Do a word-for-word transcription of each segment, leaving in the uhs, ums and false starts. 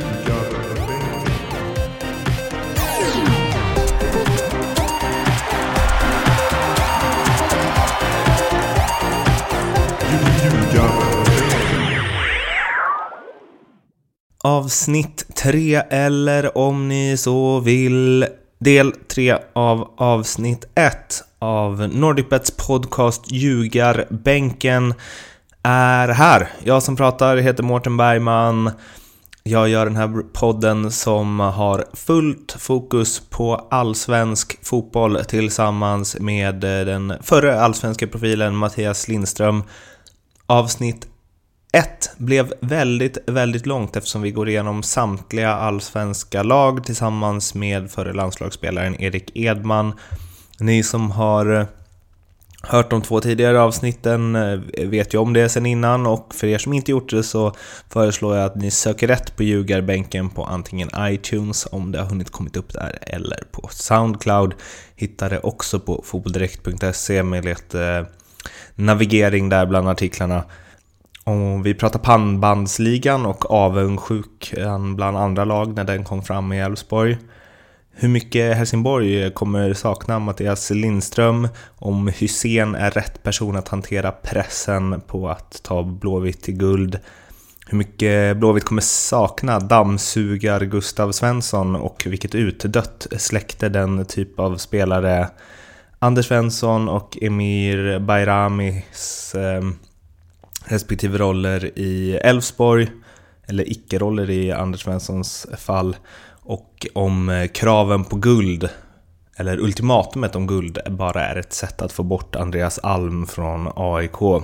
Avsnitt tre, eller om ni så vill del tre av avsnitt ett av NordicBets podcast Ljugarbänken är här. Jag som pratar heter Mårten Bergman. Jag gör den här podden som har fullt fokus på allsvensk fotboll tillsammans med den förre allsvenska profilen Mattias Lindström. Avsnitt ett blev väldigt, väldigt långt eftersom vi går igenom samtliga allsvenska lag tillsammans med förre landslagsspelaren Erik Edman. Ni som har hört de två tidigare avsnitten vet ju om det sedan innan, och för er som inte gjort det så föreslår jag att ni söker rätt på Ljugarbänken på antingen iTunes om det har hunnit kommit upp där eller på Soundcloud. Hittar det också på fotbolldirekt punkt se med lite navigering där bland artiklarna. Och vi pratar pannbandsligan och avundsjukan bland andra lag när den kom fram i Elfsborg. Hur mycket Helsingborg kommer sakna Mattias Lindström, om Hussein är rätt person att hantera pressen på att ta Blåvitt till guld. Hur mycket Blåvitt kommer sakna dammsugar Gustav Svensson, och vilket utdött släkte den typ av spelare Anders Svensson och Emir Bayramis eh, respektive roller i Elfsborg, eller icke-roller i Anders Svenssons fall, och om kraven på guld, eller ultimatumet om guld, bara är ett sätt att få bort Andreas Alm från A I K.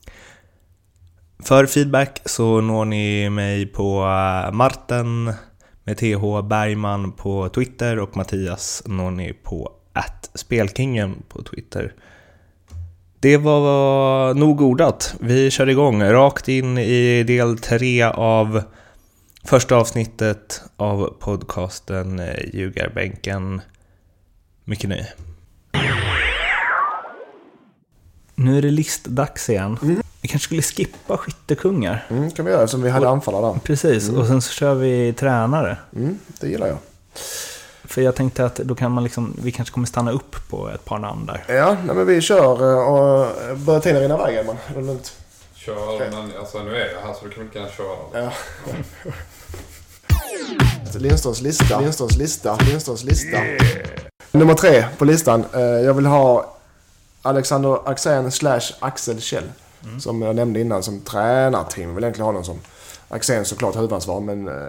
För feedback så når ni mig på Martin med T H Bergman på Twitter, och Mattias når ni på at spelkingen på Twitter. Det var nog ordat. Vi kör igång rakt in i del tre av första avsnittet av podcasten Ljugarbänken. Mycket nöje. Nu är det listdags igen. Mm. Vi kanske skulle skippa skyttekungar. Mm, kan vi göra, som vi hade anfallare. Precis, mm. Och sen så kör vi tränare. Mm, det gillar jag. För jag tänkte att då kan man liksom, vi kanske kommer stanna upp på ett par namn där. Ja, nej, men vi kör och börjar tiden rinna vägen, man. Det är lugnt. Kör, men alltså nu är jag här så du kan inte gärna köra. Ja. Lindströms lista, Lindströms lista, Lindströms lista. Yeah. Nummer tre på listan. Jag vill ha Alexander Axén slash Axel Kjell. Mm. Som jag nämnde innan, som tränarteam. Jag vill egentligen ha någon som Axén såklart huvudansvar, men äh,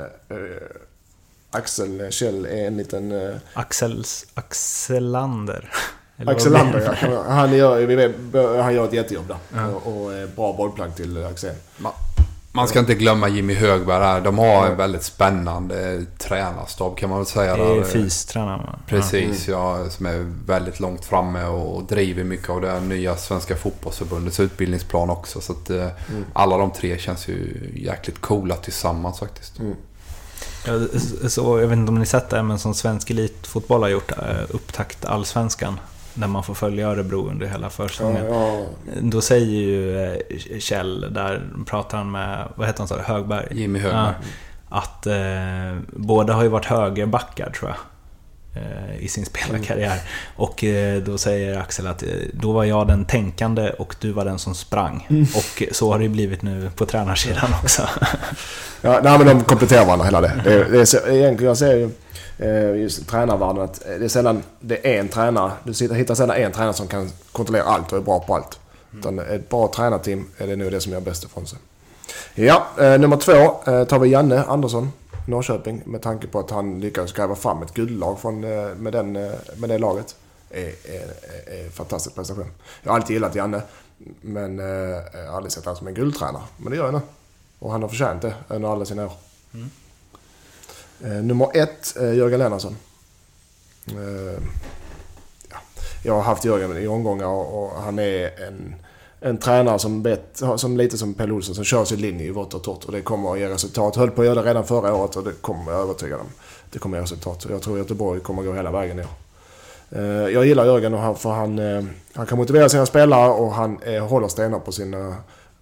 Axel Kjell är en liten... Uh... Axels, Axelander. Axelander, ja. Han gör, vi vet, han gör ett jättejobb där. Ja. Och, och bra bollplagg till Axel. Man, man ska inte glömma Jimmy Högberg här. De har en väldigt spännande tränarstab, kan man väl säga. Det är fystränare. Precis, ja. Ja, som är väldigt långt framme och driver mycket av det nya Svenska fotbollsförbundets utbildningsplan också. Så att mm. alla de tre känns ju jäkligt coola tillsammans faktiskt. Mm. Ja, så, jag vet inte om ni sett det, men som svensk elitfotboll har gjort upptakt allsvenskan, där man får följa Örebro under hela försäsongen. Ja, ja. Då säger ju Kjell, där pratar han med, vad heter han så, Högberg? Jimmy Högberg. Ja, att eh, båda har ju varit högerbackar, tror jag, i sin spelarkarriär. Och då säger Axel att då var jag den tänkande och du var den som sprang. Mm. Och så har det blivit nu på tränarsidan också. Ja, nej, men de kompletterar varandra hela det. Det är, det är så, egentligen jag ser ju just tränarvärlden att det är sällan det är en tränare. Du hittar sällan en tränare som kan kontrollera allt och är bra på allt. Mm. Utan ett bra tränarteam är det nu det som gör bäst ifrån sig. Ja, eh, nummer två eh, tar vi Janne Andersson, Norrköping, med tanke på att han lyckades gräva fram ett guldlag från, med, den, med det laget. Är, är, är fantastisk prestation. Jag har alltid gillat Janne, men eh, jag har aldrig sett han som en guldtränare. Men det gör jag nu. Och han har förtjänt det under alla sina år. Mm. Eh, nummer ett, eh, Jörgen Lennartsson. Eh, ja. Jag har haft Jörgen i omgångar och, och han är en... En tränare som, bet, som lite som Pelle Olsson, som kör sin linje i vått och torrt, och det kommer att ge resultat. Höll på att göra det redan förra året, och det kommer jag övertyga dem. Det kommer att ge resultat. Jag tror att Göteborg kommer att gå hela vägen ner. Jag gillar Jörgen, och han, för han, han kan motivera sina spelare, och han håller stenar på sina,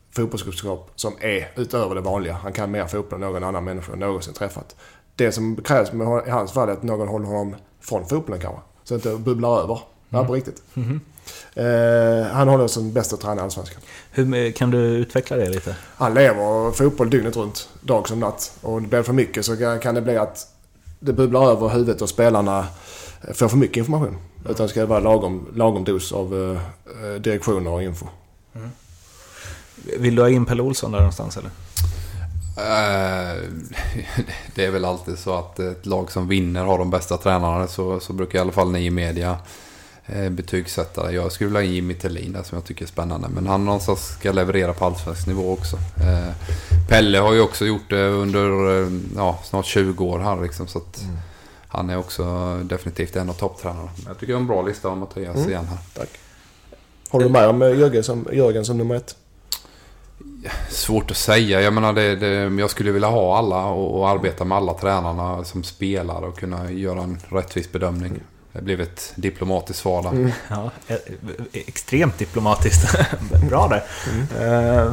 fotbollskunskap som är utöver det vanliga. Han kan mer fotboll än någon annan människa någonsin träffat. Det som krävs med, i hans fall är att någon håller honom från fotbollen kanske. Så att det inte bubblar över. Mm. Ja, på riktigt. Mm-hmm. Eh, han håller som bästa tränare i Allsvenskan. Hur kan du utveckla det lite? Han lever fotboll dygnet runt, dag som natt. Och det blir för mycket så kan det bli att det bubblar över huvudet och spelarna får för mycket information. Mm. Utan det ska vara lagom, lagom dos av eh, direktioner och info. Mm. Vill du ha in Pelle Olsson där någonstans eller? Uh, det är väl alltid så att ett lag som vinner har de bästa tränarna, så, så brukar i alla fall ni i media eh, betygsätta det. Jag skulle vilja ha in Jimmy Tillin där som jag tycker är spännande, men han någonstans ska leverera på allsvensk nivå också. Eh, Pelle har ju också gjort det under eh, ja, snart tjugo år här liksom, så att mm. han är också definitivt en av topptränarna. Jag tycker det är en bra lista av Mattias mm. igen här. Tack. Håller du med om Jörgen som, Jörgen som nummer ett? Svårt att säga. Jag menar det, det, jag skulle vilja ha alla och, och arbeta med alla tränarna som spelar och kunna göra en rättvis bedömning. Mm. Det blev ett diplomatiskt svar där. Mm. Ja, extremt diplomatiskt. Bra där. Mm. Uh,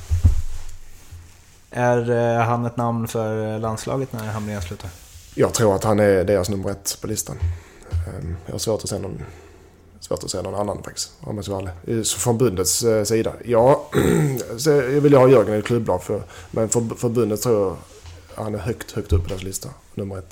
är han ett namn för landslaget när Hamrén slutar? Jag tror att han är deras nummer ett på listan. Um, jag har svårt att säga någon Svårt att säga någon annan faktiskt, om jag ska vara ärlig. Så från bundets eh, sida. Ja, så jag vill ha Jörgen i ett klubblag för, men för, för bundet tror jag han är högt, högt upp på deras lista, nummer ett.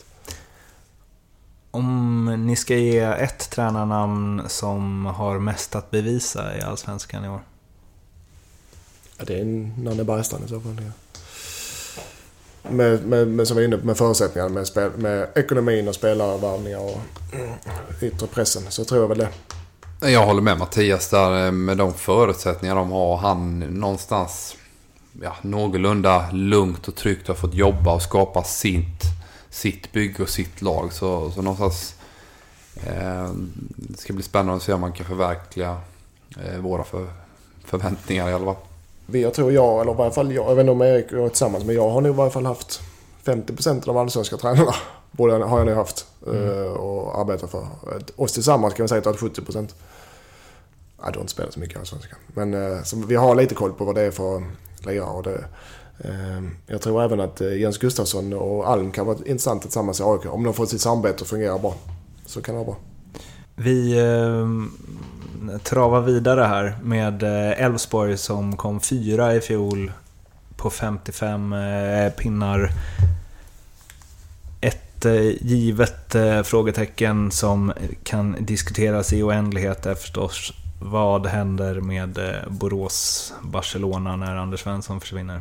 Om ni ska ge ett tränarnamn som har mest att bevisa i Allsvenskan i år? Ja, det är Nanne Bergstrand i så fall. Ja. Med, med, med, som vi är inne på, med förutsättningar, med, spel, med ekonomin och spelarvärvningar och yttre pressen, så tror jag väl det. Jag håller med Mattias där, med de förutsättningar de har. Han någonstans ja, någorlunda lugnt och tryggt har fått jobba och skapa sitt, sitt bygge och sitt lag. Så, så någonstans eh, det ska bli spännande att se om man kan förverkliga eh, våra för, förväntningar i alla fall. Vi, jag tror jag, eller i varje fall jag, jag vet inte om Erik är tillsammans, men jag har nog i varje fall haft femtio procent av de allsvenska tränarna. Både har jag nu haft mm. och arbetat för. Oss tillsammans kan jag säga att jag har sjuttio procent. Ja, du har inte spelat så mycket i allsvenskan. Men så vi har lite koll på vad det är för lirare. Och det, eh, jag tror även att Jens Gustafsson och Alm kan vara intressant tillsammans i A I K. Om de får sitt samarbete och fungerar bra, så kan det vara bra. Vi eh, travar vidare här med Elfsborg som kom fyra i fjol på femtiofem eh, pinnar. Ett eh, givet eh, frågetecken som kan diskuteras i oändlighet är förstås: vad händer med eh, Borås Barcelona när Anders Svensson försvinner?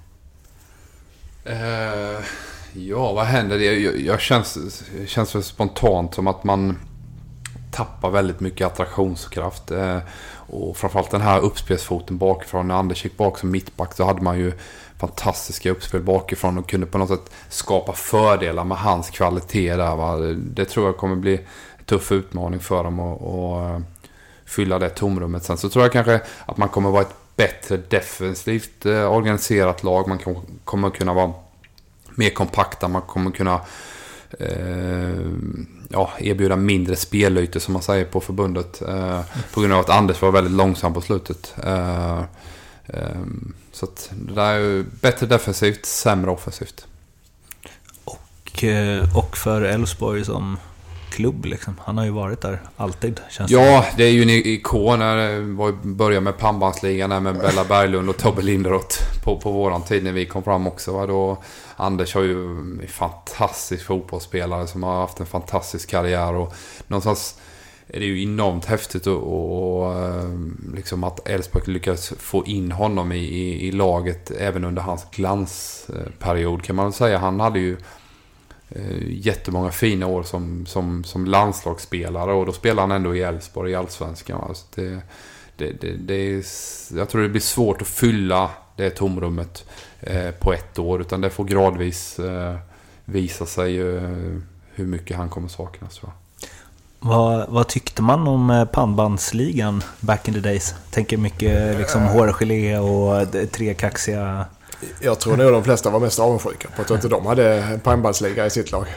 Uh, ja, vad händer? Jag, jag, jag känns, känns för spontant som att man tappar väldigt mycket attraktionskraft. Eh, och framförallt den här uppspelsfoten bakifrån. När Anders gick bak som mittback så hade man ju fantastiska uppspel bakifrån och kunde på något sätt skapa fördelar med hans kvalitet där. Va? Det tror jag kommer bli en tuff utmaning för dem att och fylla det tomrummet. Sen så tror jag kanske att man kommer vara ett bättre defensivt eh, organiserat lag. Man kan, kommer kunna vara mer kompakta. Man kommer kunna eh, ja, erbjuda mindre spelytor som man säger på förbundet. Eh, på grund av att Anders var väldigt långsam på slutet. Eh, eh, så att det där är ju bättre defensivt, sämre offensivt. Och, och för Elfsborg som klubb liksom. Han har ju varit där alltid, känns ja, det. det är ju en ikon. Det började med Pannbandsligan med Bella Berglund och Tobbe Linderoth på, på våran tid när vi kom fram också. Va? Då, Anders har ju en fantastisk fotbollsspelare som har haft en fantastisk karriär, och någonstans är det ju enormt häftigt och, och liksom att Elfsborg lyckades få in honom i, i, i laget även under hans glansperiod, kan man väl säga. Han hade ju jättemånga fina år som, som, som landslagsspelare, och då spelar han ändå i Elfsborg i Allsvenskan. Alltså det, det, det, det är, jag tror det blir svårt att fylla det tomrummet eh, på ett år, utan det får gradvis eh, visa sig eh, hur mycket han kommer saknas, tror jag. Vad, vad tyckte man om pannbandsligan back in the days? Tänker mycket liksom hårgelé och tre kaxiga. Jag tror nog de flesta var mest avundsjuka på att inte de hade en pannbandsliga i sitt lag.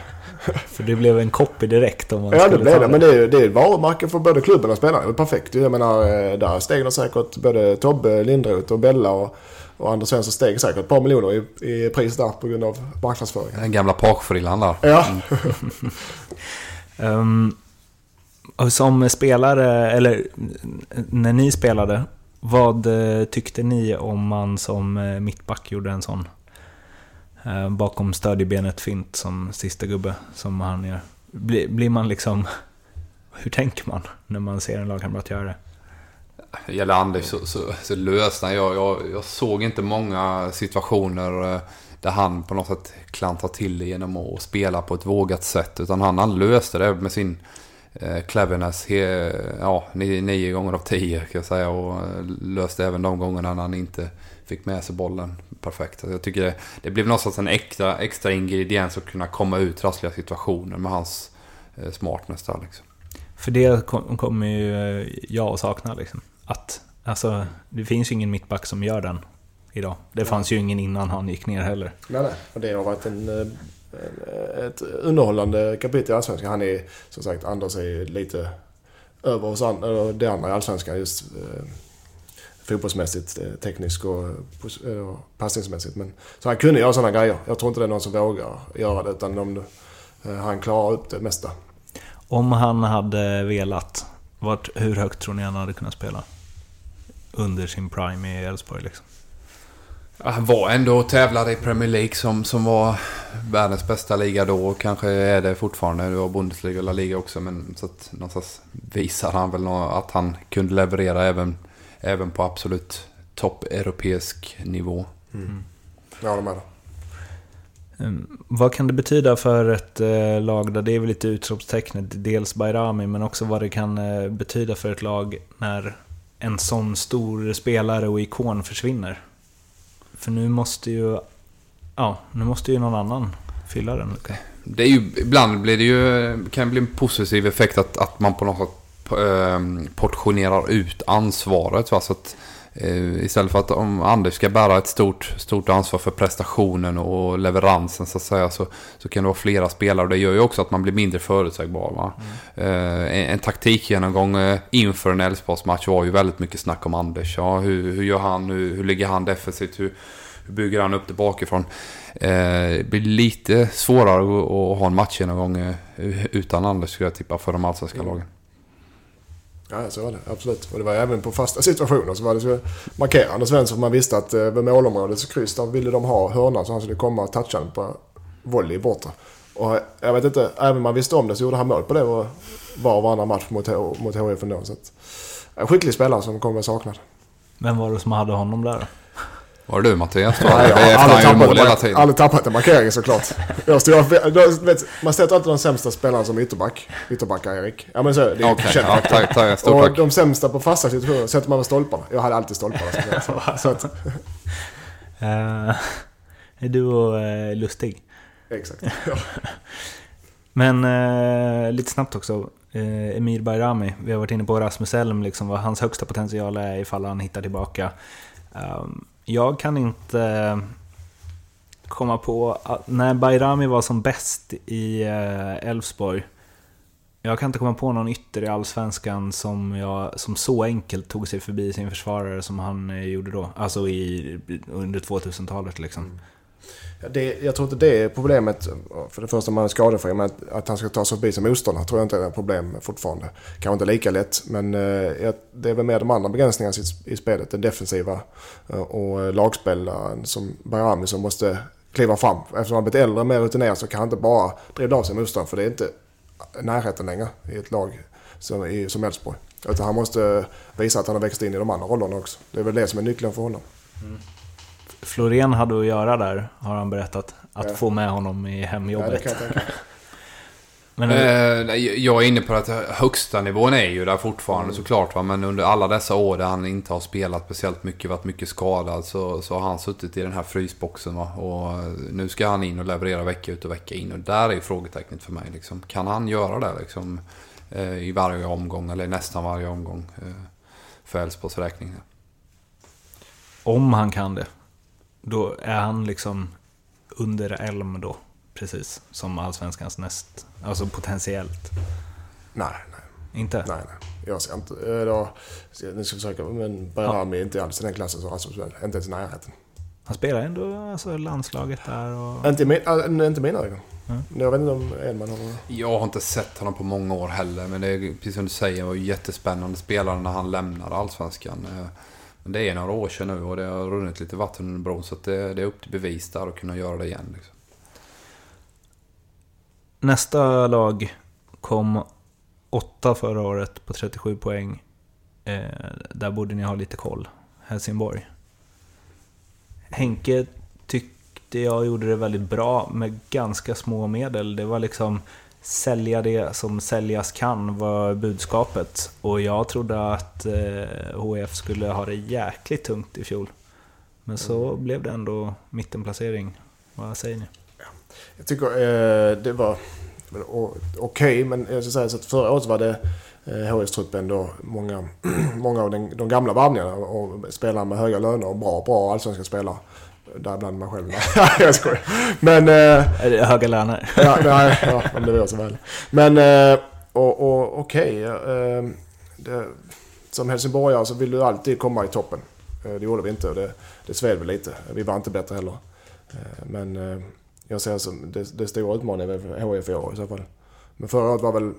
För det blev en copy direkt om man Ja, det blev det. det. Men det är, det är varumärken för både klubben och spelarna. Det är perfekt. Jag menar, där steg säkert både Tobbe Lindroth och Bella och, och Anders Svensson steg säkert ett par miljoner i, i pris där på grund av marknadsföringen. Den gamla parkfrillan där. Ja. um, och som spelare, eller när ni spelade, vad tyckte ni om man som mittback gjorde en sån uh, bakom stödjebenet fint som sista gubbe som han gör? Blir, blir man liksom, hur tänker man när man ser en lagkamrat göra det? Gäller Anders så, så, så lösnar jag, jag. Jag såg inte många situationer där han på något sätt klantar till det genom att spela på ett vågat sätt. Utan han, han löste det med sin eh, cleverness he, ja, nio, nio gånger av tio kan jag säga. Och löste även de gångerna när han inte fick med sig bollen perfekt. Jag tycker det, det blev något sorts en extra, extra ingrediens att kunna komma ut trassliga situationer med hans eh, smartness där liksom. För det kommer kom ju jag att sakna liksom. Att, alltså, det finns ju ingen mittback som gör den idag. Det fanns ju ingen innan han gick ner heller. Nej, nej. Och det har varit en, ett underhållande kapitel i Allsvenskan. Han är, som sagt, Anders är lite över oss an, det andra i Allsvenskan just eh, fotbollsmässigt, eh, tekniskt och eh, passningsmässigt. Men, så han kunde göra sådana grejer. Jag tror inte det är någon som vågar göra det, utan om eh, han klarar upp det mesta. Om han hade velat, vart, hur högt tror ni han hade kunnat spela under sin prime i Elfsborg liksom? Han var ändå och tävlade i Premier League som, som var världens bästa liga då, och kanske är det fortfarande. Det var Bundesliga och La Liga också, men så att någonstans visar han väl att han kunde leverera även, även på absolut topp europeisk nivå. Mm. Ja, de är det. Um, vad kan det betyda för ett uh, lag där det är väl lite utropstecknet, dels Bayrami, men också vad det kan uh, betyda för ett lag när en sån stor spelare och ikon försvinner? För nu måste ju ja, nu måste ju någon annan fylla den. Det är ju, ibland blir det ju, kan det bli en positiv effekt att, att man på något sätt eh, portionerar ut ansvaret. Va? Så att, eh, istället för att om Anders ska bära ett stort, stort ansvar för prestationen och leveransen så att säga, så, så kan det vara flera spelare. Och det gör ju också att man blir mindre förutsägbar. Va? Mm. Eh, en, en taktikgenomgång eh, inför en Elfsborgsmatch var ju väldigt mycket snack om Anders. Ja, hur, hur gör han? Hur, hur ligger han defensivt? Hur, hur bygger han upp det bakifrån? Eh, det blir lite svårare att, att ha en matchgenomgång eh, utan Anders, skulle jag tippa, för de allsvenska mm. lagen. Ja, så var det. Absolut. Och det var även på fasta situationer så var det så markerande Svensson. Man visste att eh, vid målområdet så kryss där ville de ha hörna så han skulle komma och toucha den på volley borta. Och jag vet inte, även man visste om det så gjorde han mål på det och var och varannan match mot, mot H F ändå. Så att, en skicklig spelare som kommer saknad. Vem var det som hade honom där då? Var det du, Mattias? Nej, jag har aldrig, aldrig tappat en markering såklart. Jag stod, vet, man sätter alltid de sämsta spelarna som ytterback. Ytterbackar, Erik. Ja, men så, det är okay, känt. Ja, tack, tack, stort och tack. de sämsta på fasta situationer sätter man med stolparna. Jag hade alltid stolparna. Så att. uh, är du och uh, Lustig? Exakt. Ja. Men uh, lite snabbt också. Uh, Emir Bayrami. Vi har varit inne på Rasmus Elm. Liksom, vad hans högsta potential är ifall han hittar tillbaka. Um, Jag kan inte komma på att när Bayrami var som bäst i Elfsborg, jag kan inte komma på någon ytter i Allsvenskan som, jag, som så enkelt tog sig förbi sin försvarare som han gjorde då. Alltså i, under tvåtusentalet liksom. Mm. Ja, det, jag tror inte det är problemet. För det första man är skadefri, men att, att han ska ta sig förbi som motståndare tror jag inte är ett problem fortfarande. Kanske inte lika lätt, men eh, det är väl mer de andra begränsningarna i, i spelet. Den defensiva eh, och lagspelaren som Bayrami som måste kliva fram. Eftersom han blivit äldre och mer rutinerad så kan han inte bara driva av sig motståndare, för det är inte närheten längre i ett lag som, i, som Elfsborg. Utan han måste visa att han har växt in i de andra rollerna också. Det är väl det som är nyckeln för honom. Mm. Florén hade att göra där, har han berättat. Att ja. få med honom i hemjobbet. Ja, det kan jag tänka. Men eh, jag är inne på att högsta nivån är ju där fortfarande mm. såklart. Va? Men under alla dessa år där han inte har spelat speciellt mycket, varit mycket skadad, så, så har han suttit i den här frysboxen. Va? Och nu ska han in och leverera vecka ut och vecka in. Och där är ju frågetecknet för mig. Liksom. Kan han göra det liksom, eh, i varje omgång eller nästan varje omgång eh, för Elfsborgs räkning? Om han kan det, då är han liksom under Elm då. precis som allsvenskans näst, alltså potentiellt. Nej, nej. Inte? Nej, nej. Jag ser inte. Då, nu ska jag försöka, men Bayrami är inte alls i den klassen som Rasmus Wall. Inte ens i närheten. Han spelar ändå alltså, landslaget där och... Inte, min, äh, inte mina ögon. Mm. Jag vet inte om Edman har... Jag har inte sett honom på många år heller. Men det är precis som du säger, var jättespännande spelare när han lämnade allsvenskan. Men det är några år sedan nu och det har runnit lite vatten under bron. Så det, det är upp till bevis där att kunna göra det igen. Liksom. Nästa lag kom åtta förra året på trettiosju poäng. Eh, där borde ni ha lite koll. Helsingborg. Henke tyckte jag gjorde det väldigt bra med ganska små medel. Det var liksom sälja det som säljas kan var budskapet. Och jag trodde att eh, H I F skulle ha det jäkligt tungt i fjol. Men så mm. blev det ändå mittenplacering. Vad säger ni? Ja. Jag tycker eh, det var okej, okay, men jag ska säga så att förra året var det eh, H I F-truppen då många, många av den, de gamla varvningarna och spelare med höga löner och bra, bra allsvenska spelare. Där bland man själv. Jag skojar. Men... Eh, är det höga löner? ja, nej, ja, om det var så väl. Men, eh, och, och okej. Okay, eh, det, som helsingborgare så vill du alltid komma i toppen. Eh, det gjorde vi inte och det, det sved väl lite. Vi var inte bättre heller. Eh, men eh, jag ser som det, det stora utmaningen med H I F i år i så fall. Men förra året var väl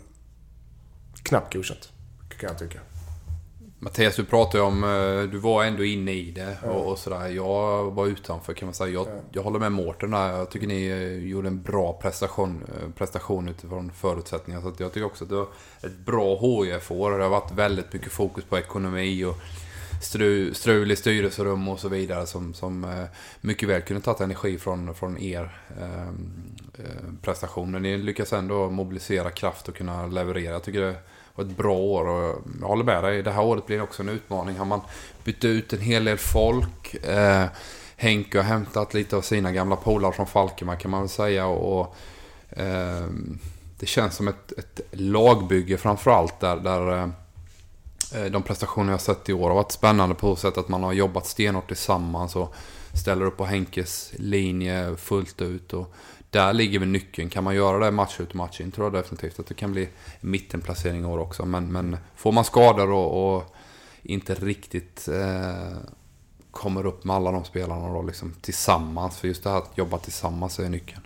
knappt godkänt, kan jag tycka. Mattias, du pratade om, du var ändå inne i det och, och sådär. Jag var utanför kan man säga. Jag, jag håller med Mårten där. Jag tycker ni gjorde en bra prestation, prestation utifrån förutsättningar. Så att jag tycker också att det var ett bra H I F-år. Det har varit väldigt mycket fokus på ekonomi och stru, strul i styrelserum och så vidare. Som, som mycket väl kunde ta energi från, från er eh, prestationer. Ni lyckas ändå mobilisera kraft och kunna leverera. Jag tycker det var ett bra år och jag håller med dig. Det här året blir också en utmaning. Har man bytt ut en hel del folk. Eh, Henke har hämtat lite av sina gamla polare från Falkenberg kan man väl säga. Och, och eh, det känns som ett, ett lagbygge framförallt där, där eh, de prestationer jag har sett i år har varit spännande på sätt att man har jobbat stenhårt tillsammans och ställer upp på Henkes linje fullt ut och där ligger väl nyckeln. Kan man göra det match ut match in tror jag definitivt att det kan bli mittenplacering i år också. Men, men får man skador och, och inte riktigt eh, kommer upp med alla de spelarna då, liksom, tillsammans. För just det här att jobba tillsammans är nyckeln.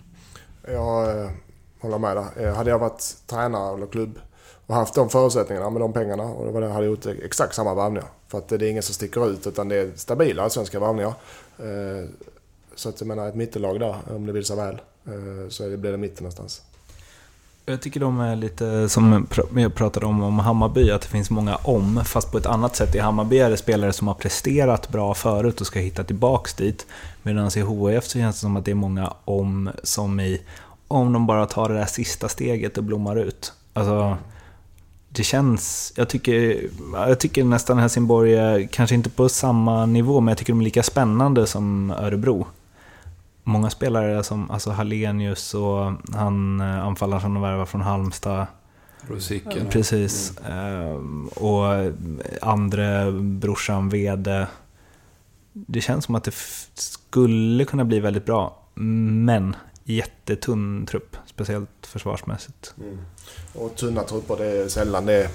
Jag eh, håller med där. Hade jag varit tränare eller klubb och haft de förutsättningarna med de pengarna och det var det, hade jag gjort exakt samma varvningar. För att det är ingen som sticker ut utan det är stabila svenska varvningar. Eh, så att jag menar ett mittellag där om det vill så väl. Så det blir det mitten någonstans. Jag tycker de är lite som jag pratade om om Hammarby, att det finns många om, fast på ett annat sätt. I Hammarby är det spelare som har presterat bra förut och ska hitta tillbaks dit. Medan i H I F så känns det som att det är många om som i om de bara tar det där sista steget och blommar ut. Alltså det känns, jag tycker jag tycker nästan Helsingborg är kanske inte på samma nivå, men jag tycker de är lika spännande som Örebro. Många spelare som alltså Hallenius och han anfallaren som de värvar från Halmstad. Rosiken. Precis. Mm. Och andra brorsan Vede. Det känns som att det f- skulle kunna bli väldigt bra. Men jättetunn trupp. Speciellt försvarsmässigt. Mm. Och tunna trupper, det är sällan det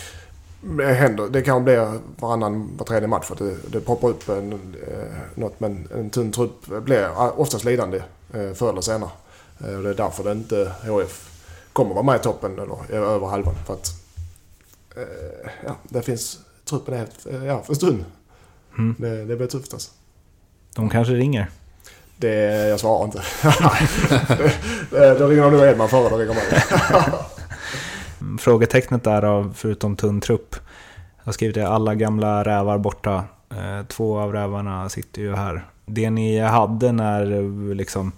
Det händer, det kan bli varannan, var tredje match för att det, det poppar upp en, eh, något, men en tunn trupp blir oftast lidande eh, förr eller senare. Eh, och det är därför det inte H F kommer vara med i toppen eller över halvan. För att eh, ja, det finns, truppen är helt, ja, för stund. Mm. Det, det blir tufft alltså. De kanske ringer. Det, jag svarar inte. det, då ringer de nu Edman före, då ringer man. Frågetecknet där av, förutom tunn trupp, jag har skrivit det, alla gamla rävar borta. Eh, två av rävarna sitter ju här. Det ni hade när liksom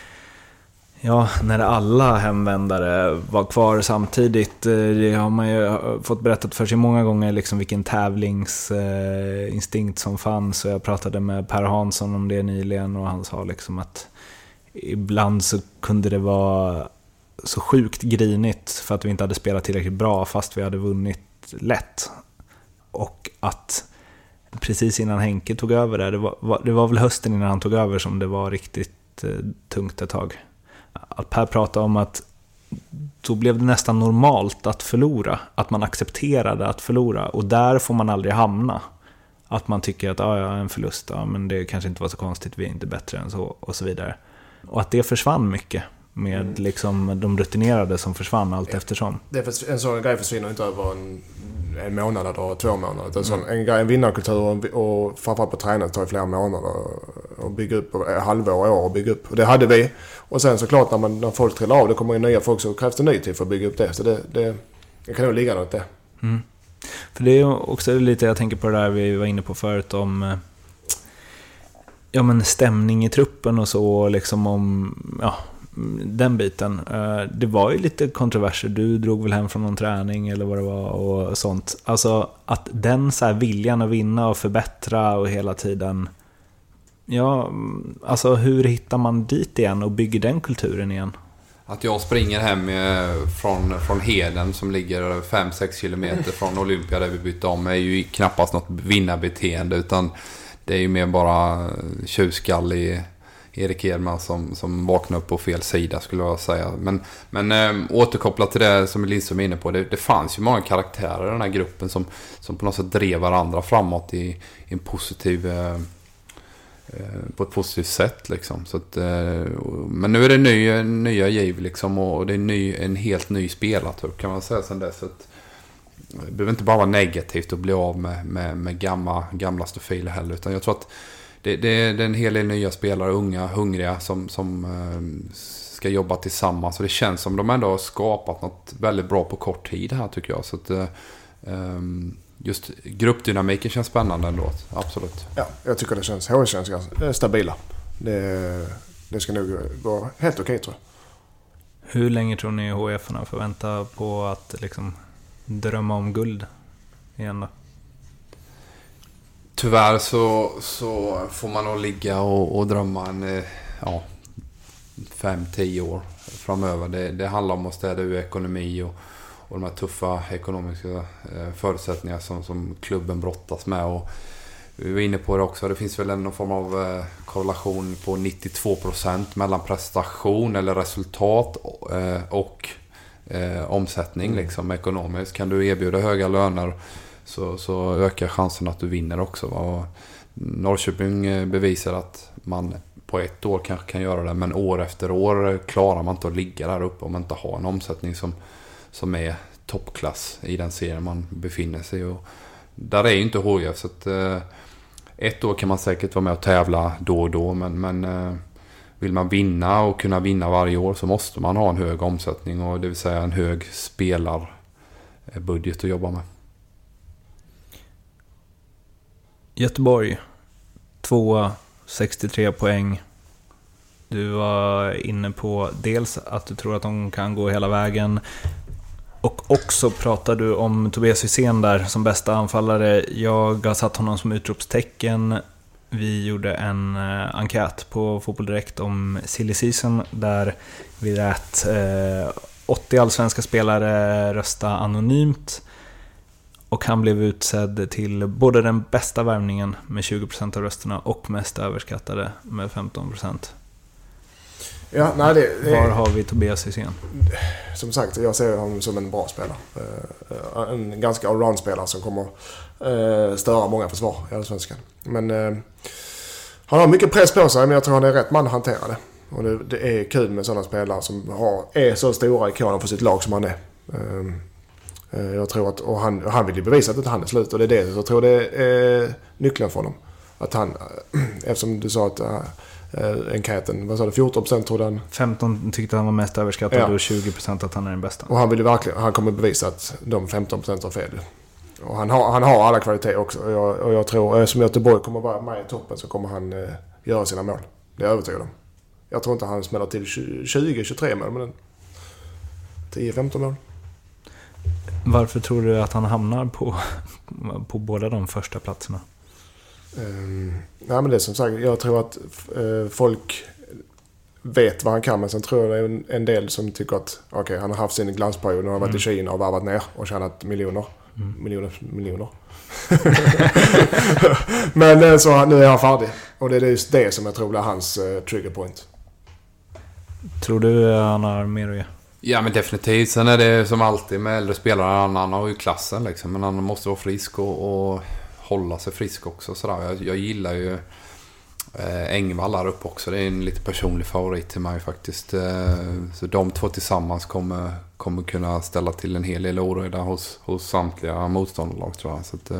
ja, när alla hemvändare var kvar samtidigt, det har man ju fått berättat för sig många gånger liksom vilken tävlingsinstinkt som fanns. Och jag pratade med Per Hansson om det nyligen och han sa liksom att ibland så kunde det vara så sjukt grinigt för att vi inte hade spelat tillräckligt bra fast vi hade vunnit lätt. Och att precis innan Henke tog över det, det var, det var väl hösten innan han tog över som det var riktigt eh, tungt ett tag. att Per pratade om att då blev det nästan normalt att förlora, att man accepterade att förlora, och där får man aldrig hamna. Att man tycker att ah, ja, en förlust, ja, men det kanske inte var så konstigt, vi är inte bättre än så, och så vidare. Och att det försvann mycket med mm. liksom de rutinerade som försvann allt eftersom. Det är en sån grej försvinner inte över en, en månad eller två månader. Det är sån, mm. en, en vinnarkultur och, och framförallt på tränare tar i flera månader och bygga upp, halvår och år och bygga upp. Och det hade vi. Och sen såklart när, man, när folk trillar av, det kommer in nya folk, så krävs det ny tid för att bygga upp det. Så det, det, det kan nog ligga något där. Mm. För det är också lite, jag tänker på det där vi var inne på förut om ja, men stämning i truppen och så, liksom om ja, den biten. Det var ju lite kontroverser. Du drog väl hem från någon träning eller vad det var och sånt. Alltså att den så här viljan att vinna och förbättra och hela tiden, ja, alltså hur hittar man dit igen och bygger den kulturen igen? Att jag springer hem från, från Heden som ligger fem sex kilometer från Olympia där vi bytte om är ju knappast något vinnarbeteende, utan det är ju mer bara tjuskallig Erik Edman som, som vaknar upp på fel sida, skulle jag säga. Men, men äh, återkopplat till det som Lindström är inne på, det, det fanns ju många karaktärer i den här gruppen som, som på något sätt drev varandra framåt i, i en positiv... Äh, på ett positivt sätt liksom. Så att, men nu är det ny, nya giv liksom, och det är ny, en helt ny spelartrupp kan man säga sen dess. Så att, det behöver inte bara vara negativt att bli av med, med, med gamla, gamla stofiler heller, utan jag tror att det, det, det är en hel del nya spelare, unga, hungriga som, som ska jobba tillsammans, och det känns som de ändå har skapat något väldigt bra på kort tid här, tycker jag. Så att um, just gruppdynamiken känns spännande ändå, absolut. Ja, jag tycker det känns, H S känns ganska stabila. Det, det ska nog gå helt okej, tror jag. Hur länge tror ni H F-arna får vänta på att liksom drömma om guld igen då? Tyvärr så, så får man nog ligga och, och drömma en ja, fem, tio år framöver. Det, det handlar om att städa ur ekonomi och och de här tuffa ekonomiska förutsättningar som, som klubben brottas med. Och vi var inne på det också, det finns väl någon form av korrelation på nittiotvå procent mellan prestation eller resultat och eh, omsättning mm. liksom, ekonomiskt. Kan du erbjuda höga löner så, så ökar chansen att du vinner också. Och Norrköping bevisar att man på ett år kanske kan göra det, men år efter år klarar man inte att ligga där uppe om man inte har en omsättning som som är toppklass i den serien man befinner sig. Och där är ju inte H I F, så att, eh, ett år kan man säkert vara med och tävla då och då, men, men eh, vill man vinna och kunna vinna varje år så måste man ha en hög omsättning, och det vill säga en hög spelarbudget att jobba med. Göteborg, tvåa, sextiotre poäng. Du var inne på dels att du tror att de kan gå hela vägen, och också pratade du om Tobias Hysén där som bästa anfallare. Jag har satt honom som utropstecken. Vi gjorde en eh, enkät på Fotboll Direkt om silly season där vi lät eh, åttio allsvenska spelare rösta anonymt, och han blev utsedd till både den bästa värvningen med tjugo procent av rösterna och mest överskattade med femton procent. Ja, nej, det, det, Var har vi Tobias Hysén? Som sagt, jag ser honom som en bra spelare. En ganska allround-spelare som kommer störa många försvar i Allsvenskan. Men han har mycket press på sig, men jag tror han är rätt man att hantera det. Och det, det är kul med sådana spelare som har, är så stora ikoner för sitt lag som han är. Jag tror att, och han, han vill ju bevisa att han är slut, och det är det. Jag tror det är nyckeln för honom. Att han, eftersom du sa att enkäten, vad sa du, fjorton procent trodde han. femton tyckte han var mest överskattad, ja. Och tjugo procent att han är den bästa. Och han vill ju verkligen, han kommer bevisa att de femton procent har fel. Och han har, han har alla kvaliteter också. Och jag, och jag tror, som Göteborg kommer vara med i toppen, så kommer han eh, göra sina mål. Det är jag övertygad om. Jag tror inte han smäller till tjugo tjugotre mål, men tio femton mål. Varför tror du att han hamnar på, på båda de första platserna? Um, nej, men det är som sagt, jag tror att uh, folk vet vad han kan, men sen tror jag det är en, en del som tycker att okej, okay, han har haft sin glansperiod, han har varit mm. i Kina och varvat ner och tjänat miljoner. Mm. Miljoner, miljoner. Men så nu är han färdig, och det är just det som jag tror är hans uh, trigger point. Tror du han har mer att ge? Ja, men definitivt. Sen är det som alltid med äldre spelare. Han, han har ju klassen liksom. Men han måste vara frisk och, och hålla sig frisk också. Sådär. Jag, jag gillar ju eh, Engvall där uppe också. Det är en lite personlig favorit till mig faktiskt. Eh, så de två tillsammans kommer, kommer kunna ställa till en hel del oreda hos, hos samtliga motståndarlag, tror jag. Så att,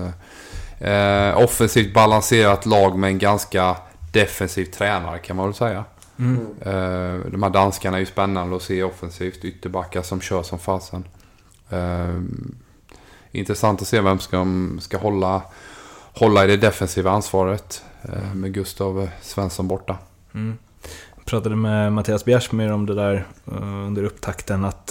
eh, offensivt balanserat lag med en ganska defensiv tränare, kan man väl säga. Mm. Uh, de här danskarna är ju spännande att se offensivt, ytterbackar som kör som fasen. Uh, intressant att se vem ska, ska hålla, hålla i det defensiva ansvaret uh, med Gustav Svensson borta. Mm. Jag pratade med Mattias Bjärsmyr om det där uh, under upptakten, att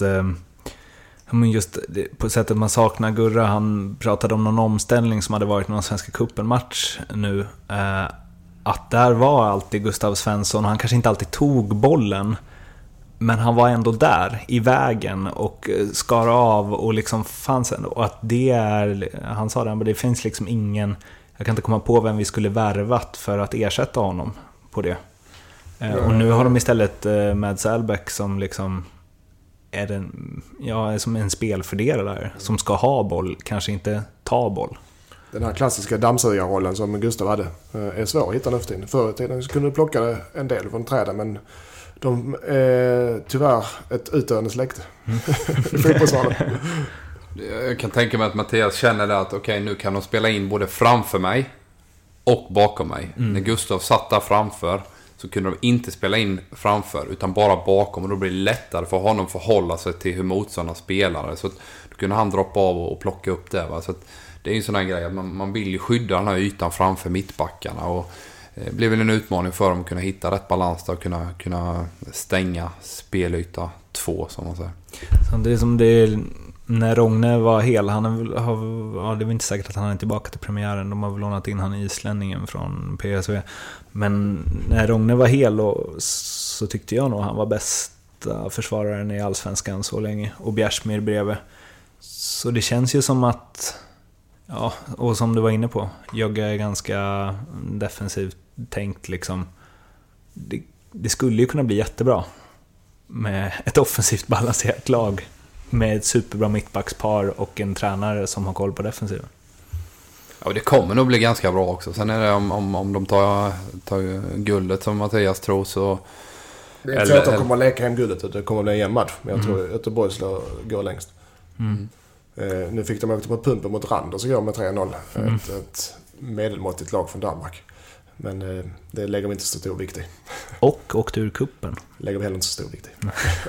uh, just det, på sättet man saknar Gurra. Han pratade om någon omställning som hade varit någon Svenska cupen-match nu, uh, att där var alltid Gustav Svensson. Han kanske inte alltid tog bollen, men han var ändå där i vägen och skar av och liksom fanns ändå. Och att det är, han sa det, men det finns liksom ingen, jag kan inte komma på vem vi skulle värvat för att ersätta honom på det. Mm. Och nu har de istället Mads Albeck som liksom är den, ja, är som en spelfördelare som ska ha boll, kanske inte ta boll. Den här klassiska dammsugarrollen som Gustav hade är svår att hitta nu för tiden. Förr i tiden kunde du plocka en del från träden, men de är tyvärr ett utdöende släkte. Mm. I fotbollsvärlden. Jag kan tänka mig att Mattias känner det att okej, okay, nu kan de spela in både framför mig och bakom mig. Mm. När Gustav satt där framför så kunde de inte spela in framför utan bara bakom, och då blir det lättare för honom att förhålla sig till hur motståndarna spelare. Så att då kunde han droppa av och plocka upp det. Va? Så att det är ju en sån här grej att man, man vill ju skydda den här ytan framför mittbackarna, och det blir väl en utmaning för dem att kunna hitta rätt balans där och kunna, kunna stänga spelyta två, som man säger. Så det är som det är, när Rogne var hel, han har, ja, det är inte säkert att han är tillbaka till premiären, de har väl lånat in han i islänningen från P S V, men när Rogne var hel och, så tyckte jag nog han var bästa försvararen i Allsvenskan så länge, och Bjärsmyr bredvid. Så det känns ju som att, ja, och som du var inne på, jag är ganska defensivt tänkt liksom. Det, det skulle ju kunna bli jättebra med ett offensivt balanserat lag med ett superbra mittbackspar och en tränare som har koll på defensiven. Ja, det kommer nog bli ganska bra också. Sen är det om, om, om de tar, tar guldet som Mattias tror, så... Det är inte att de kommer att leka hem guldet, det kommer att bli en jämn match. Men jag tror mm. Göteborg slår, går längst. Mm. Uh, nu fick de åka på pumpen mot Randers och går med tre noll. Mm. Ett, ett medelmåttigt lag från Danmark. Men uh, det lägger vi inte så stor vikt i. Och åkte ur kuppen. Lägger vi heller inte så stor vikt i.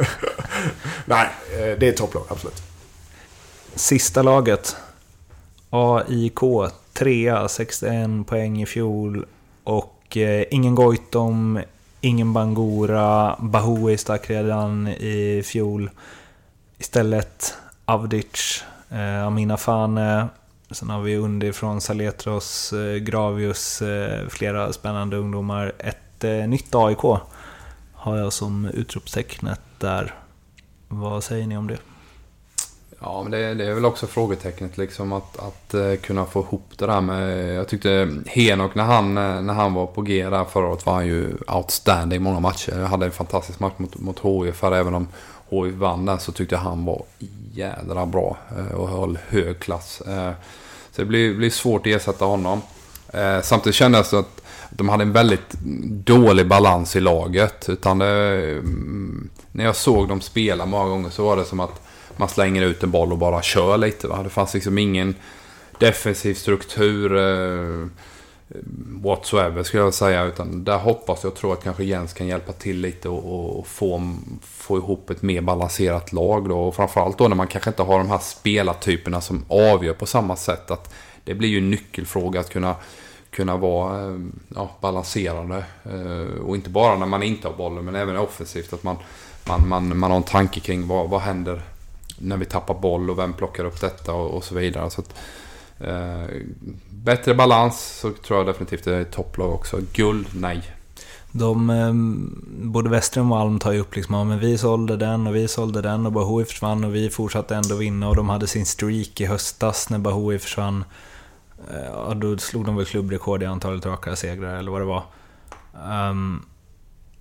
Nej, uh, det är topplag, absolut. Sista laget. A I K, trea, sextioen poäng i fjol. Och uh, ingen Goitom, ingen Bangura. Bahoui stack redan i fjol. Istället Avdic, eh, Amina Fane, sen har vi underifrån Saletros, eh, Gravius, eh, flera spännande ungdomar. Ett eh, nytt A I K har jag som utropstecknet där. Vad säger ni om det? Ja, men det, det är väl också frågetecknet liksom att, att uh, kunna få ihop det där med, jag tyckte Henok när han, när han var på G där förra året var han ju outstanding i många matcher. Jag hade en fantastisk match mot, mot H I F, för även om H I F vann den så tyckte jag han var jädra bra uh, och höll hög klass. Uh, så det blir, blir svårt att ersätta honom. Uh, samtidigt kändes det att de hade en väldigt dålig balans i laget. Utan det, um, när jag såg dem spela många gånger så var det som att man slänger ut en boll och bara kör lite. Va? Det fanns liksom ingen defensiv struktur eh, whatsoever, skulle jag säga. Utan där hoppas jag tror att kanske Jens kan hjälpa till lite och, och få, få ihop ett mer balanserat lag. Då. Och framförallt då när man kanske inte har de här spelartyperna som avgör på samma sätt. Att det blir ju en nyckelfråga att kunna, kunna vara eh, ja, balanserande. Eh, och inte bara när man inte har bollen, men även offensivt. Att man, man, man, man har en tanke kring vad, vad händer när vi tappar boll och vem plockar upp detta och, och så vidare. Så att, eh, bättre balans, så tror jag definitivt det är topplag också. Guld, nej. De, eh, både Västerholm och Alm tar ju upp liksom, ja, men vi sålde den och vi sålde den och Bahoui försvann och vi fortsatte ändå vinna, och de hade sin streak i höstas när Bahoui försvann. Eh, och då slog de väl klubbrekord i antalet raka segrar eller vad det var. Um,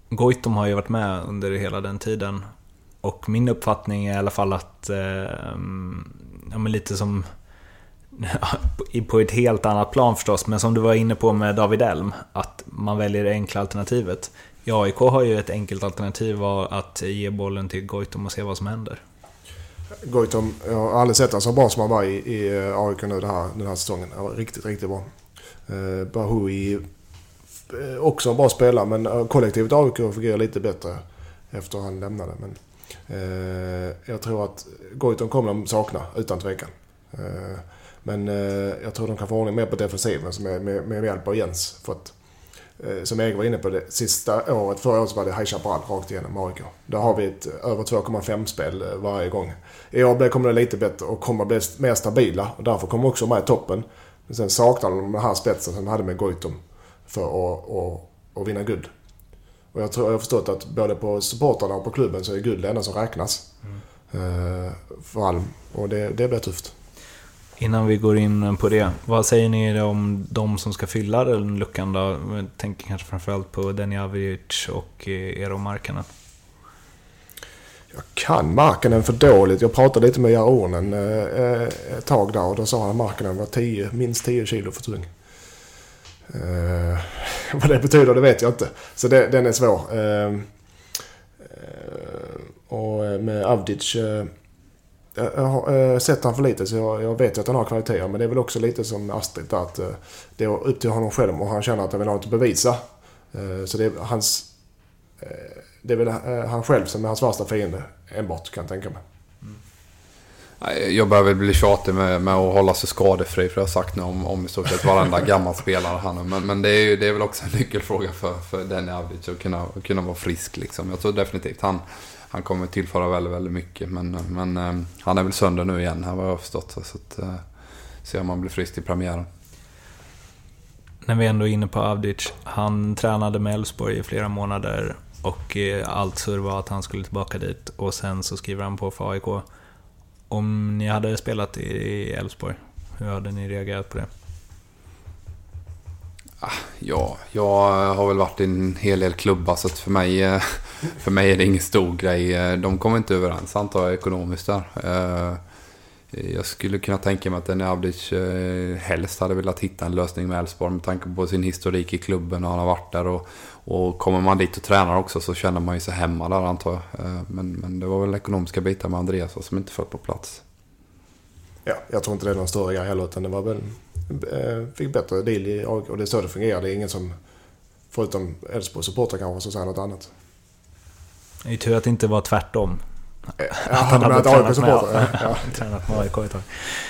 Goitom har ju varit med under hela den tiden. Och min uppfattning är i alla fall att eh, ja, men lite som på ett helt annat plan förstås, men som du var inne på med David Elm, att man väljer det enkla alternativet. Ja, A I K har ju ett enkelt alternativ att ge bollen till Goitom och se vad som händer. Goitom, jag har aldrig sett han så bra som han var i, i A I K nu den här, den här säsongen. Han var riktigt, riktigt bra. Eh, Bahoui också en bra spelare, men kollektivet A I K fungerar lite bättre efter han lämnade. Men eh, jag tror att Goitom kommer de sakna, utan tvekan. Eh, men eh, jag tror de kan få ordning mer på defensiven som är med, med hjälp av Jens. För att, eh, som jag var inne på det sista året, förra året så var det High Chaparral rakt igenom A I K. Där har vi ett över två komma fem spel varje gång. I år kommer det lite bättre och kommer bli mer stabila, och därför kommer också med i toppen. Men sen saknar de den här spetsen som de hade med Goitom för att, att, att vinna guld. Och jag tror jag har förstått att både på supportarna och på klubben så är guld det enda som räknas mm. för Alm. Och det, det blir tufft. Innan vi går in på det, vad säger ni om de som ska fylla den luckan då? Jag tänker kanske framförallt på Denny Avdic och Eero Markkanen. Jag kan Markkanen för dåligt. Jag pratade lite med Jaronen ett tag där, och då sa han att Markkanen var tio, minst tio kilo för tung. Uh, vad det betyder det vet jag inte. Så det, den är svår. Uh, uh, och med Avdic uh, jag har uh, sett han för lite, så jag, jag vet att han har kvaliteter, men det är väl också lite som Astrid att uh, det är upp till honom själv, och han känner att han vill ha något att bevisa. Uh, så det är hans uh, det är väl uh, han själv som är hans värsta fiende enbart, kan jag tänka mig. Jag börjar väl bli tjatig med, med att hålla sig skadefri, för jag har sagt nu om, om i stort sett varenda gammal spelare han. Men, men det, är ju, det är väl också en nyckelfråga för, för Denny Avdic att kunna, kunna vara frisk. Liksom. Jag tror definitivt han, han kommer tillföra väldigt, väldigt mycket. Men, men eh, han är väl sönder nu igen, här vad jag har förstått. Så att, eh, se om han blir frisk i premiären. När vi ändå är inne på Avdic, han tränade med Elfsborg i flera månader, och eh, allt surr var att han skulle tillbaka dit, och sen så skriver han på för A I K. Om ni hade spelat i Elfsborg, hur hade ni reagerat på det? Ja, jag har väl varit i en hel del klubbar, så att för mig, för mig är det ingen stor grej. De kommer inte överens, antar jag, ekonomiskt där. Jag skulle kunna tänka mig att Denny Avdic helst hade velat hitta en lösning med Elfsborg med tanke på sin historik i klubben, och han har varit där. Och, och kommer man dit och tränar också så känner man ju sig hemma där, antar jag. Men, men det var väl ekonomiska bitar med Andreas som inte föll på plats. Ja, jag tror inte det är någon större grej heller, utan det var väl fick bättre deal i A I K, och det är så det fungerar. Det är ingen som, förutom Elfsborg supporter kanske, som säger något annat. Det är ju tur att det inte var tvärtom. Ja, att han hade tränat med, ja, ja. tränat med A I K ett tag.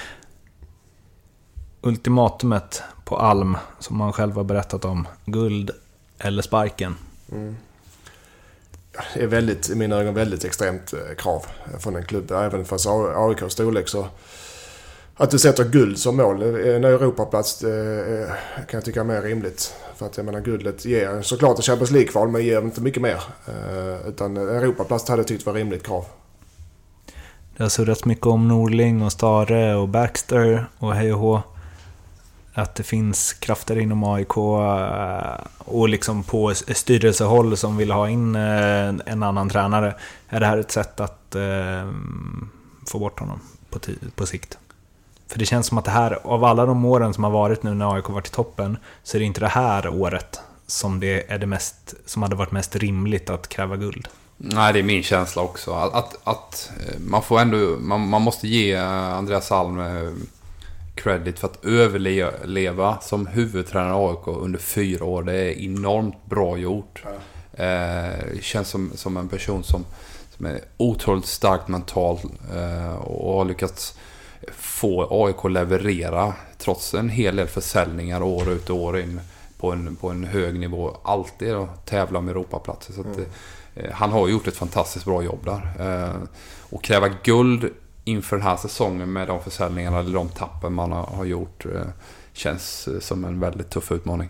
Ultimatumet på Alm, som man själv har berättat om, guld eller sparken. Mm. Det är väldigt, i mina ögon väldigt extremt krav från en klubb, även fast A I K storlek. Så att du sätter guld som mål, en Europaplats kan jag tycka är mer rimligt. För att jag menar, guldet ger såklart en Champions League-kval, men ger inte mycket mer. Utan Europaplats hade jag tyckt var rimligt krav. Det har surrats mycket om Norling och Stare och Baxter och hej och hå. Att det finns krafter inom A I K och liksom på styrelsehåll som vill ha in en annan tränare. Är det här ett sätt att eh, få bort honom på, t- på sikt? För det känns som att det här, av alla de åren som har varit nu när A I K varit i toppen, så är det inte det här året som det är det mest, som hade varit mest rimligt att kräva guld. Nej, det är min känsla också. Att, att, att man får ändå, man, man måste ge Andreas Alm credit för att överleva som huvudtränare A I K under fyra år. Det är enormt bra gjort. Ja. Eh, känns som, som en person som, som är otroligt starkt mental eh, och har lyckats få A I K leverera trots en hel del försäljningar år ut och år in på en, på en hög nivå. Alltid att tävla om Europaplatser. Så att, mm. eh, han har gjort ett fantastiskt bra jobb där. Eh, och kräva guld inför den här säsongen med de försäljningarna eller de tappen man har, har gjort eh, känns som en väldigt tuff utmaning.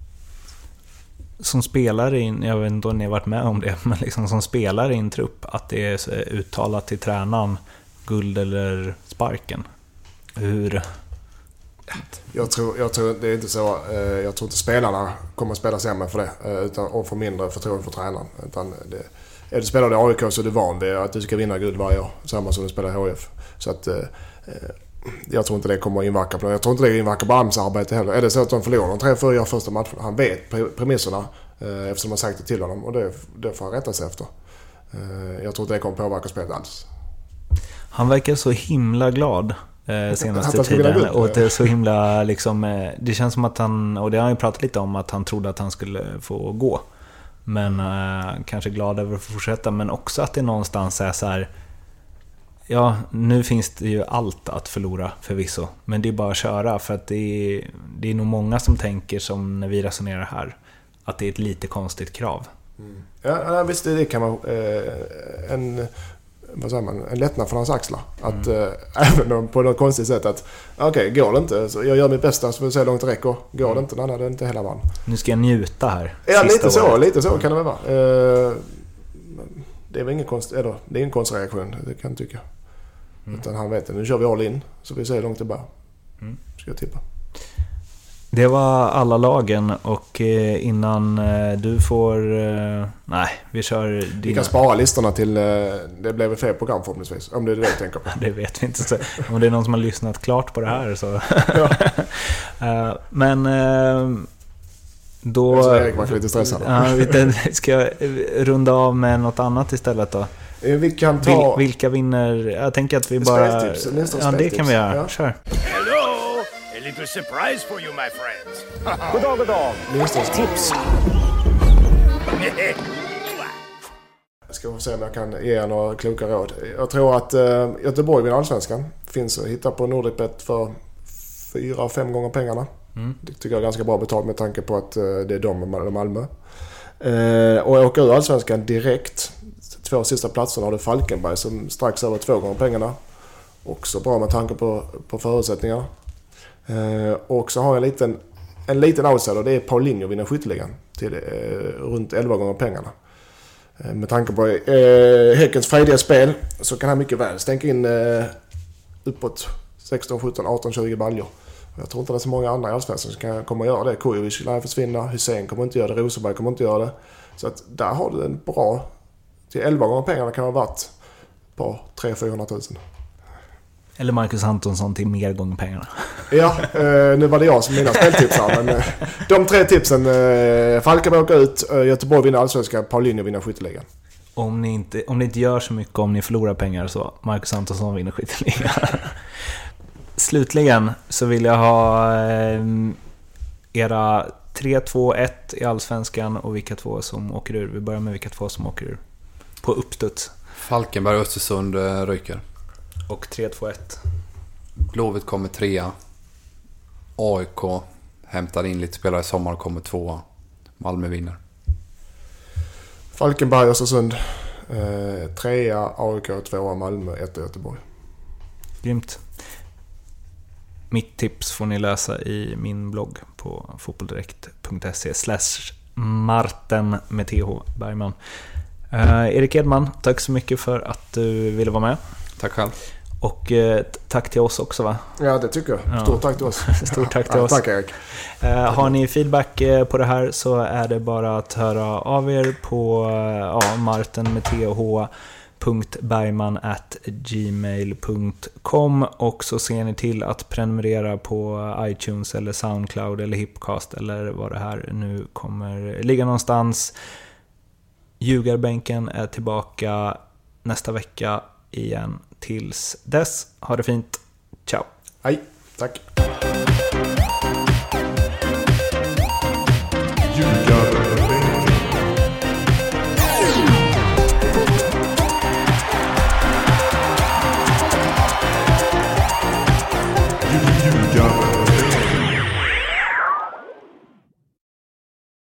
Som spelare in, jag vet inte om ni har varit med om det, men liksom som spelare i en trupp, att det är uttalat till tränaren guld eller sparken. Hur, Jag tror, jag tror det är inte så. Jag tror inte spelarna kommer att spela sämre för det. Utan, och få mindre förtroende för tränaren. Utan det, är du spelar i A I K så är du van vid att du ska vinna guld varje år. Samma som du spelar i H F. Så att... Jag tror inte det kommer att inverka på det. Jag tror inte det inverkar på A M S arbete heller. Är det så att de förlorar de tre, fyra första matcherna, han vet premisserna eh, eftersom de har sagt det till honom och det, det får han rätta sig efter. Eh, jag tror inte det kommer påverka spelet alls. Han verkar så himla glad eh, senaste tiden och det är så himla liksom, eh, det känns som att han, och det har han ju pratat lite om, att han trodde att han skulle få gå. Men eh, kanske glad över att fortsätta, men också att det någonstans är så här. Ja, nu finns det ju allt att förlora förvisso. Men det är bara att köra, för att det är, det är nog många som tänker som när vi resonerar här, att det är ett lite konstigt krav. Mm. Ja, visst det kan vara eh, en, vad säger man, en lättnad för hans axlar. Att mm. eh, även på något konstigt sätt att okej, okay, går det inte, så jag gör mitt bästa så får vi se hur långt det räcker. Går mm. det inte, nej, det är inte hela världen. Nu ska jag njuta här. Ja, lite så, året. lite så kan det väl vara. Eh, det är väl ingen konst, eller, det är en konstreaktion, det kan jag tycka. Mm. Utan han vet det. Nu kör vi all in. Så vi ser hur långt det bara. Mm. Ska jag tippa. Det var alla lagen. Och innan du får... Nej, vi kör dina... Vi kan spara listorna till... Det blev ett fel program förhoppningsvis. Om det är det jag tänker på. Det vet vi inte. Så om det är någon som har lyssnat klart på det här så... Men... Då... Jag Erik var lite stressad. Ja, ska jag runda av med något annat istället då? Vi kan ta... Vil, vilka vinner? Jag tänker att vi bara... Speltips. Ja, det kan vi göra. Ja. Kör. Hello! A little surprise for you, my friends. God dag, god dag. Tips. Jag ska se om jag kan ge er några kloka råd. Jag tror att uh, Göteborg vinner Allsvenskan. Finns att hitta på Nordicbet för fyra, fem gånger pengarna. Mm. Det tycker jag är ganska bra betalt med tanke på att uh, det är de och Malmö. Uh, och jag åker ur Allsvenskan direkt. Två sista platserna har det Falkenberg som strax över två gånger pengarna. Också bra med tanke på, på förutsättningarna. Uh, och så har jag en liten, en liten outsider. Det är Paulinho vinner skytteligan till uh, runt elva gånger pengarna. Uh, med tanke på uh, Häckens frediga spel så kan han mycket väl stänka in uh, uppåt sexton, sjutton, arton, tjugo baljor. Jag tror inte det är så många andra i Allsvenskan som kan komma att göra det. Kujovic lär försvinna, Hussein kommer inte göra det, Rosenberg kommer inte göra det. Så att där har du en bra... Till elva gånger pengarna kan ha varit på tre till fyrahundratusen. Eller Marcus Antonsson till mer gånger pengarna. Ja, eh, nu var det jag som mina speltips här. Men eh, de tre tipsen. Eh, Falkenberg åker ut, eh, Göteborg vinner Allsvenskan, Paulinho vinner skytteligan. Om ni inte, om ni inte gör så mycket, om ni förlorar pengar så Marcus Antonsson vinner skytteligan. Slutligen så vill jag ha eh, era tre, två, ett i Allsvenskan och vilka två som åker ur. Vi börjar med vilka två som åker ur. På uppstuds. Falkenberg och Östersund ryker. Och tre, två, ett. Blåvitt kommer trea. A I K hämtar in lite spelare i sommar och kommer tvåa. Malmö vinner. Falkenberg och Östersund. Eh, trea, A I K, tvåa, Malmö, ett Göteborg. Grymt. Mitt tips får ni läsa i min blogg på fotbolldirekt punkt se slash Marten med T H Bergman. Uh, Erik Edman, tack så mycket för att du ville vara med. Tack själv. Och uh, tack till oss också, va? Ja, det tycker jag. Stort ja. tack till oss. Stort tack till oss. Ja, tack Erik. Uh, har ni feedback uh, på det här så är det bara att höra av er på uh, ja, marten med th punkt bergman at gmail punkt com och så ser ni till att prenumerera på iTunes eller Soundcloud eller Hipcast eller vad det här nu kommer ligga någonstans. Ljugarbänken är tillbaka nästa vecka igen. Tills dess, ha det fint. Ciao. Hej, tack. Ljugar.